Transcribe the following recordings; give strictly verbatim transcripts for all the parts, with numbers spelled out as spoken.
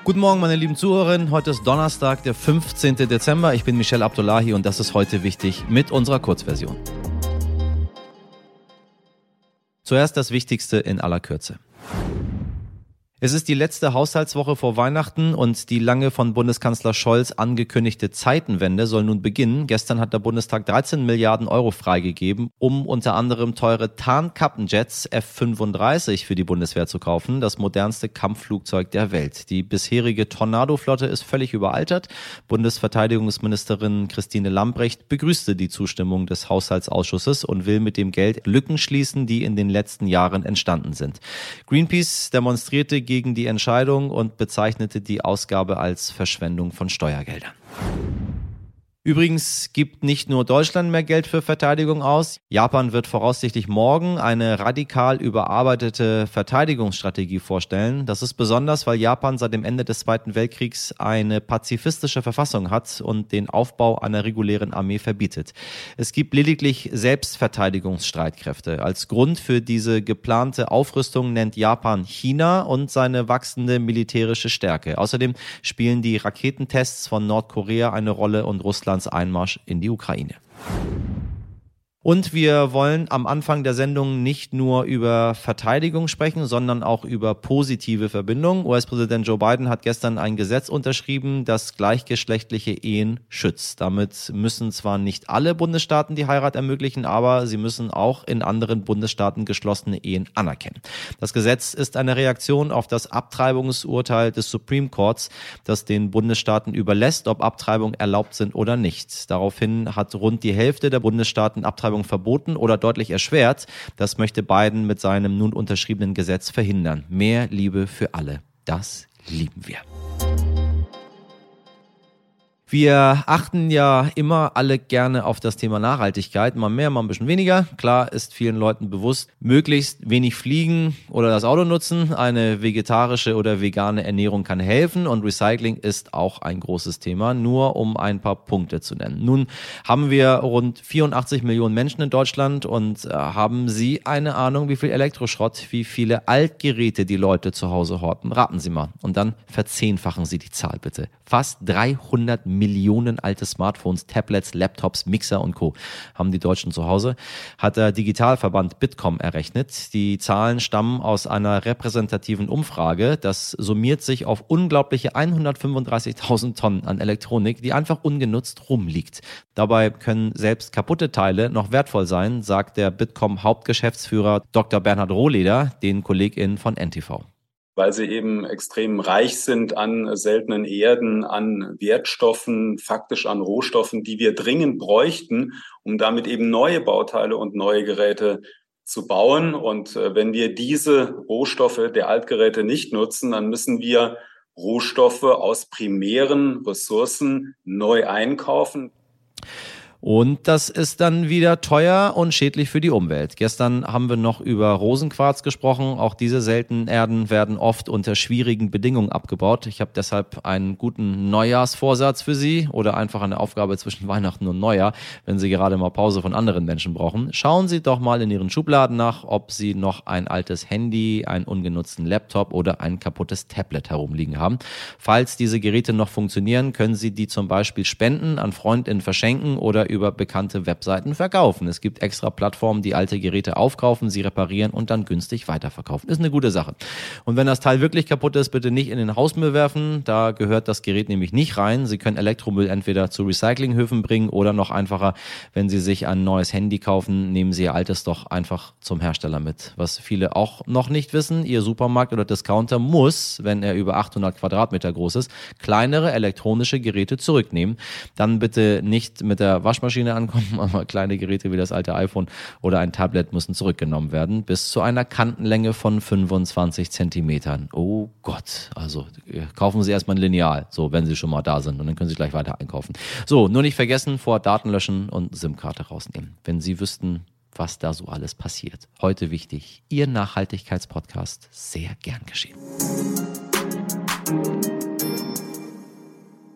Guten Morgen, meine lieben Zuhörerinnen. Heute ist Donnerstag, der fünfzehnten Dezember. Ich bin Michel Abdullahi und das ist heute wichtig mit unserer Kurzversion. Zuerst das Wichtigste in aller Kürze. Es ist die letzte Haushaltswoche vor Weihnachten und die lange von Bundeskanzler Scholz angekündigte Zeitenwende soll nun beginnen. Gestern hat der Bundestag dreizehn Milliarden Euro freigegeben, um unter anderem teure Tarnkappenjets F fünfunddreißig für die Bundeswehr zu kaufen, das modernste Kampfflugzeug der Welt. Die bisherige Tornado-Flotte ist völlig überaltert. Bundesverteidigungsministerin Christine Lambrecht begrüßte die Zustimmung des Haushaltsausschusses und will mit dem Geld Lücken schließen, die in den letzten Jahren entstanden sind. Greenpeace demonstrierte gegen die Entscheidung und bezeichnete die Ausgabe als Verschwendung von Steuergeldern. Übrigens gibt nicht nur Deutschland mehr Geld für Verteidigung aus. Japan wird voraussichtlich morgen eine radikal überarbeitete Verteidigungsstrategie vorstellen. Das ist besonders, weil Japan seit dem Ende des Zweiten Weltkriegs eine pazifistische Verfassung hat und den Aufbau einer regulären Armee verbietet. Es gibt lediglich Selbstverteidigungsstreitkräfte. Als Grund für diese geplante Aufrüstung nennt Japan China und seine wachsende militärische Stärke. Außerdem spielen die Raketentests von Nordkorea eine Rolle und Russland Einmarsch in die Ukraine. Und wir wollen am Anfang der Sendung nicht nur über Verteidigung sprechen, sondern auch über positive Verbindungen. U S-Präsident Joe Biden hat gestern ein Gesetz unterschrieben, das gleichgeschlechtliche Ehen schützt. Damit müssen zwar nicht alle Bundesstaaten die Heirat ermöglichen, aber sie müssen auch in anderen Bundesstaaten geschlossene Ehen anerkennen. Das Gesetz ist eine Reaktion auf das Abtreibungsurteil des Supreme Courts, das den Bundesstaaten überlässt, ob Abtreibungen erlaubt sind oder nicht. Daraufhin hat rund die Hälfte der Bundesstaaten Abtreibung verboten oder deutlich erschwert. Das möchte Biden mit seinem nun unterschriebenen Gesetz verhindern. Mehr Liebe für alle. Das lieben wir. Wir achten ja immer alle gerne auf das Thema Nachhaltigkeit, mal mehr, mal ein bisschen weniger. Klar ist vielen Leuten bewusst, möglichst wenig fliegen oder das Auto nutzen. Eine vegetarische oder vegane Ernährung kann helfen und Recycling ist auch ein großes Thema, nur um ein paar Punkte zu nennen. Nun haben wir rund vierundachtzig Millionen Menschen in Deutschland und äh, haben Sie eine Ahnung, wie viel Elektroschrott, wie viele Altgeräte die Leute zu Hause horten? Raten Sie mal und dann verzehnfachen Sie die Zahl bitte. Fast dreihundert Millionen alte Smartphones, Tablets, Laptops, Mixer und Co. haben die Deutschen zu Hause, hat der Digitalverband Bitkom errechnet. Die Zahlen stammen aus einer repräsentativen Umfrage. Das summiert sich auf unglaubliche hundertfünfunddreißigtausend Tonnen an Elektronik, die einfach ungenutzt rumliegt. Dabei können selbst kaputte Teile noch wertvoll sein, sagt der Bitkom-Hauptgeschäftsführer Doktor Bernhard Rohleder den KollegInnen von N T V. Weil sie eben extrem reich sind an seltenen Erden, an Wertstoffen, faktisch an Rohstoffen, die wir dringend bräuchten, um damit eben neue Bauteile und neue Geräte zu bauen. Und wenn wir diese Rohstoffe der Altgeräte nicht nutzen, dann müssen wir Rohstoffe aus primären Ressourcen neu einkaufen. Und das ist dann wieder teuer und schädlich für die Umwelt. Gestern haben wir noch über Rosenquarz gesprochen. Auch diese seltenen Erden werden oft unter schwierigen Bedingungen abgebaut. Ich habe deshalb einen guten Neujahrsvorsatz für Sie oder einfach eine Aufgabe zwischen Weihnachten und Neujahr, wenn Sie gerade mal Pause von anderen Menschen brauchen. Schauen Sie doch mal in Ihren Schubladen nach, ob Sie noch ein altes Handy, einen ungenutzten Laptop oder ein kaputtes Tablet herumliegen haben. Falls diese Geräte noch funktionieren, können Sie die zum Beispiel spenden, an FreundInnen verschenken oder über bekannte Webseiten verkaufen. Es gibt extra Plattformen, die alte Geräte aufkaufen, sie reparieren und dann günstig weiterverkaufen. Ist eine gute Sache. Und wenn das Teil wirklich kaputt ist, bitte nicht in den Hausmüll werfen. Da gehört das Gerät nämlich nicht rein. Sie können Elektromüll entweder zu Recyclinghöfen bringen oder noch einfacher, wenn Sie sich ein neues Handy kaufen, nehmen Sie Ihr altes doch einfach zum Hersteller mit. Was viele auch noch nicht wissen, Ihr Supermarkt oder Discounter muss, wenn er über achthundert Quadratmeter groß ist, kleinere elektronische Geräte zurücknehmen. Dann bitte nicht mit der Waschmaschine Waschmaschine ankommen, aber kleine Geräte wie das alte iPhone oder ein Tablet müssen zurückgenommen werden, bis zu einer Kantenlänge von fünfundzwanzig Zentimetern. Oh Gott, also kaufen Sie erstmal ein Lineal, so, wenn Sie schon mal da sind und dann können Sie gleich weiter einkaufen. So, nur nicht vergessen, vor Daten löschen und SIM-Karte rausnehmen. Wenn Sie wüssten, was da so alles passiert. Heute wichtig, Ihr Nachhaltigkeitspodcast, sehr gern geschehen.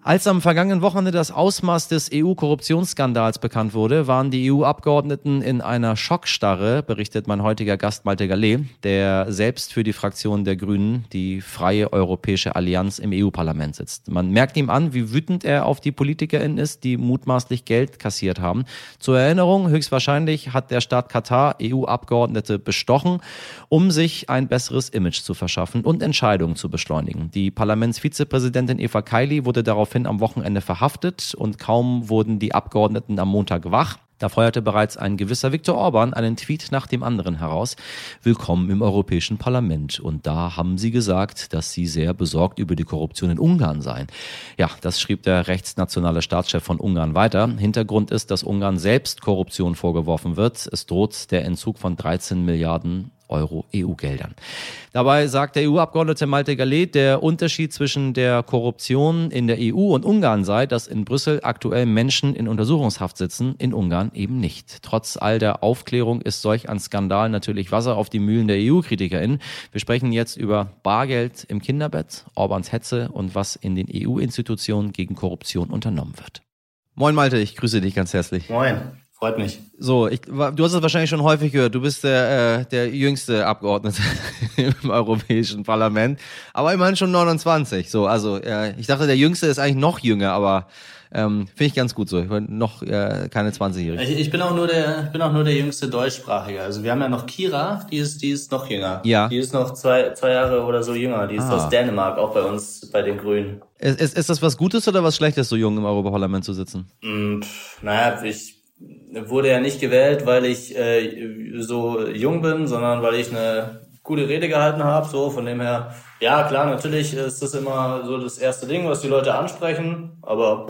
Als am vergangenen Wochenende das Ausmaß des E U-Korruptionsskandals bekannt wurde, waren die E U-Abgeordneten in einer Schockstarre, berichtet mein heutiger Gast Malte Gallé, der selbst für die Fraktion der Grünen, die Freie Europäische Allianz, im E U-Parlament sitzt. Man merkt ihm an, wie wütend er auf die PolitikerInnen ist, die mutmaßlich Geld kassiert haben. Zur Erinnerung, höchstwahrscheinlich hat der Staat Katar E U-Abgeordnete bestochen, um sich ein besseres Image zu verschaffen und Entscheidungen zu beschleunigen. Die Parlamentsvizepräsidentin Eva Kaili wurde darauf am Wochenende verhaftet und kaum wurden die Abgeordneten am Montag wach. Da feuerte bereits ein gewisser Viktor Orban einen Tweet nach dem anderen heraus. Willkommen im Europäischen Parlament. Und da haben sie gesagt, dass sie sehr besorgt über die Korruption in Ungarn seien. Ja, das schrieb der rechtsnationale Staatschef von Ungarn weiter. Hintergrund ist, dass Ungarn selbst Korruption vorgeworfen wird. Es droht der Entzug von dreizehn Milliarden Euro E U-Geldern. Dabei sagt der E U-Abgeordnete Malte Gallé, der Unterschied zwischen der Korruption in der E U und Ungarn sei, dass in Brüssel aktuell Menschen in Untersuchungshaft sitzen, in Ungarn eben nicht. Trotz all der Aufklärung ist solch ein Skandal natürlich Wasser auf die Mühlen der E U-KritikerInnen. Wir sprechen jetzt über Bargeld im Kinderbett, Orbans Hetze und was in den E U-Institutionen gegen Korruption unternommen wird. Moin Malte, ich grüße dich ganz herzlich. Moin. Freut mich. So, ich, du hast es wahrscheinlich schon häufig gehört, du bist der, äh, der jüngste Abgeordnete im Europäischen Parlament, aber immerhin schon neunundzwanzig. So, also äh, ich dachte, der Jüngste ist eigentlich noch jünger, aber ähm, finde ich ganz gut so. Ich bin noch äh, keine zwanzigjährige. Ich, ich bin auch nur der, bin auch nur der jüngste Deutschsprachige. Also wir haben ja noch Kira, die ist, die ist noch jünger. Ja. Die ist noch zwei, zwei Jahre oder so jünger. Die ist Ah. aus Dänemark, auch bei uns, bei den Grünen. Ist, ist, ist das was Gutes oder was Schlechtes, so jung im Europaparlament zu sitzen? Und, naja, ich wurde ja nicht gewählt, weil ich äh, so jung bin, sondern weil ich eine gute Rede gehalten habe. So, von dem her, ja klar, natürlich ist das immer so das erste Ding, was die Leute ansprechen, aber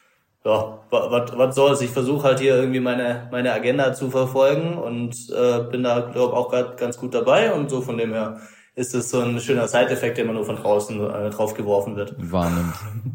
ja, was was soll's? Ich versuche halt hier irgendwie meine meine Agenda zu verfolgen und äh, bin da, glaube auch gerade ganz gut dabei und so, von dem her ist es so ein schöner Side-Effekt, der immer nur von draußen äh, drauf geworfen wird. Wahrnimmt.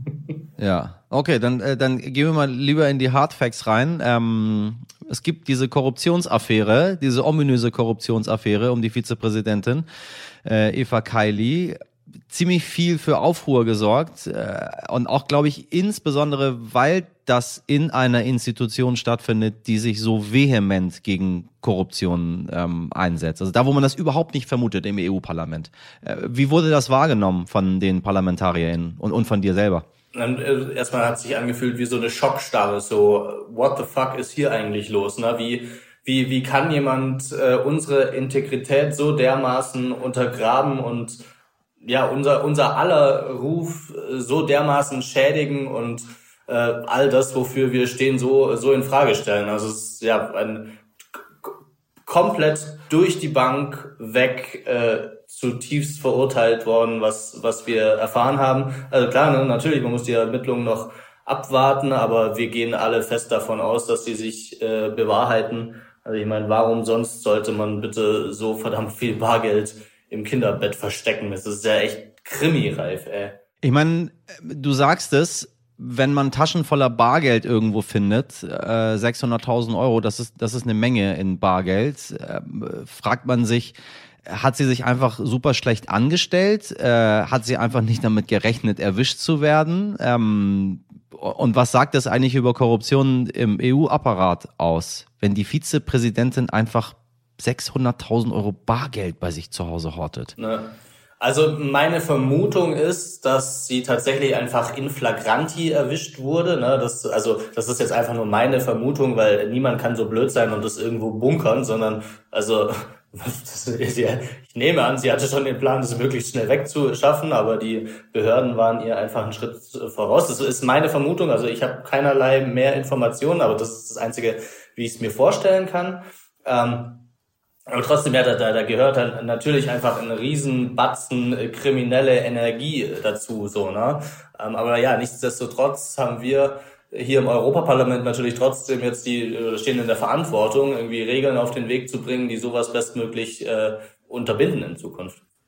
Ja, okay, dann äh, dann gehen wir mal lieber in die Hardfacts rein. Ähm, es gibt diese Korruptionsaffäre, diese ominöse Korruptionsaffäre um die Vizepräsidentin äh, Eva Kaili. Ziemlich viel für Aufruhr gesorgt äh, und auch, glaube ich, insbesondere, weil das in einer Institution stattfindet, die sich so vehement gegen Korruption ähm, einsetzt. Also da, wo man das überhaupt nicht vermutet im E U-Parlament. Äh, wie wurde das wahrgenommen von den ParlamentarierInnen und, und von dir selber? Und erstmal hat es sich angefühlt wie so eine Schockstarre, so what the fuck ist hier eigentlich los, ne? Wie wie wie kann jemand äh, unsere Integrität so dermaßen untergraben und ja unser unser aller Ruf äh, so dermaßen schädigen und äh, all das, wofür wir stehen, so so in Frage stellen. Also es ist ja ein k- komplett durch die Bank weg äh, zutiefst verurteilt worden, was was wir erfahren haben. Also klar, ne, natürlich, man muss die Ermittlungen noch abwarten, aber wir gehen alle fest davon aus, dass sie sich äh, bewahrheiten. Also ich meine, warum sonst sollte man bitte so verdammt viel Bargeld im Kinderbett verstecken? Das ist ja echt krimireif, ey. Ich meine, du sagst es, wenn man Taschen voller Bargeld irgendwo findet, äh, sechshunderttausend Euro, das ist das ist eine Menge in Bargeld, äh, fragt man sich, hat sie sich einfach super schlecht angestellt? Äh, hat sie einfach nicht damit gerechnet, erwischt zu werden? Ähm, und was sagt das eigentlich über Korruption im E U-Apparat aus, wenn die Vizepräsidentin einfach sechshunderttausend Euro Bargeld bei sich zu Hause hortet? Ne? Also meine Vermutung ist, dass sie tatsächlich einfach in flagranti erwischt wurde. Ne? Das, also das ist jetzt einfach nur meine Vermutung, weil niemand kann so blöd sein und das irgendwo bunkern, sondern also das, ich nehme an, sie hatte schon den Plan, das möglichst schnell wegzuschaffen, aber die Behörden waren ihr einfach einen Schritt voraus. Das ist meine Vermutung, also ich habe keinerlei mehr Informationen, aber das ist das Einzige, wie ich es mir vorstellen kann. Ähm, aber trotzdem, ja, da, da, da gehört halt natürlich einfach ein riesen Batzen kriminelle Energie dazu, so, ne? Ähm, aber ja, nichtsdestotrotz haben wir hier im Europaparlament natürlich trotzdem jetzt die, stehen in der Verantwortung, irgendwie Regeln auf den Weg zu bringen, die sowas bestmöglich äh, unterbinden in Zukunft.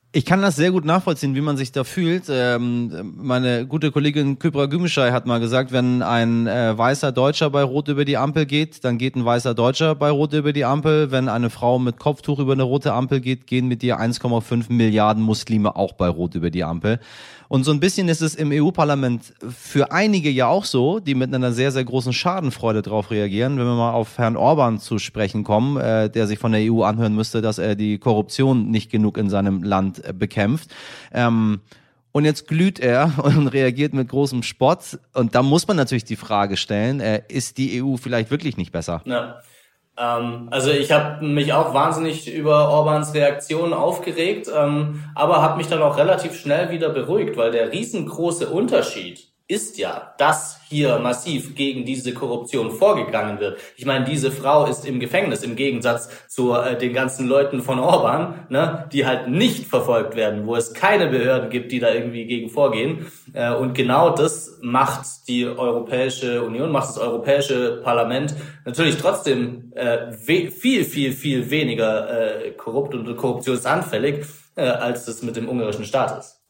Ich kann das sehr gut nachvollziehen, wie man sich da fühlt. Ähm, meine gute Kollegin Kübra Gümüşay hat mal gesagt, wenn ein äh, weißer Deutscher bei Rot über die Ampel geht, dann geht ein weißer Deutscher bei Rot über die Ampel. Wenn eine Frau mit Kopftuch über eine rote Ampel geht, gehen mit ihr eins Komma fünf Milliarden Muslime auch bei Rot über die Ampel. Und so ein bisschen ist es im E U-Parlament für einige ja auch so, die mit einer sehr, sehr großen Schadenfreude drauf reagieren. Wenn wir mal auf Herrn Orban zu sprechen kommen, äh, der sich von der E U anhören müsste, dass er die Korruption nicht genug in seinem Land äh, bekämpft. Ähm, und jetzt glüht er und reagiert mit großem Spott. Und da muss man natürlich die Frage stellen, äh, ist die E U vielleicht wirklich nicht besser? Ja. Also ich habe mich auch wahnsinnig über Orbans Reaktion aufgeregt, ähm, aber habe mich dann auch relativ schnell wieder beruhigt, weil der riesengroße Unterschied ist ja, dass hier massiv gegen diese Korruption vorgegangen wird. Ich meine, diese Frau ist im Gefängnis, im Gegensatz zu äh, den ganzen Leuten von Orban, ne, die halt nicht verfolgt werden, wo es keine Behörden gibt, die da irgendwie gegen vorgehen. Äh, und genau das macht die Europäische Union, macht das Europäische Parlament natürlich trotzdem äh, we- viel, viel, viel weniger äh, korrupt und korruptionsanfällig, äh, als das mit dem ungarischen Staat ist.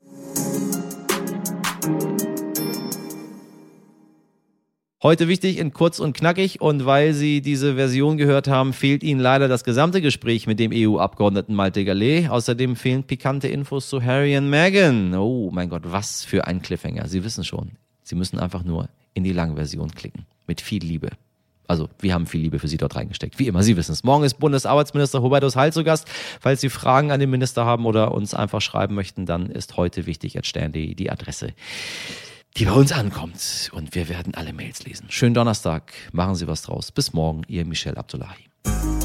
Heute wichtig in kurz und knackig, und weil Sie diese Version gehört haben, fehlt Ihnen leider das gesamte Gespräch mit dem E U-Abgeordneten Malte Gallet. Außerdem fehlen pikante Infos zu Harry und Meghan. Oh mein Gott, was für ein Cliffhanger. Sie wissen schon, Sie müssen einfach nur in die Langversion klicken. Mit viel Liebe. Also, wir haben viel Liebe für Sie dort reingesteckt. Wie immer, Sie wissen es. Morgen ist Bundesarbeitsminister Hubertus Heil zu Gast. Falls Sie Fragen an den Minister haben oder uns einfach schreiben möchten, dann ist heute wichtig at stern punkt de die Adresse, die bei uns ankommt. Und wir werden alle Mails lesen. Schönen Donnerstag. Machen Sie was draus. Bis morgen. Ihr Michel Abdullahi.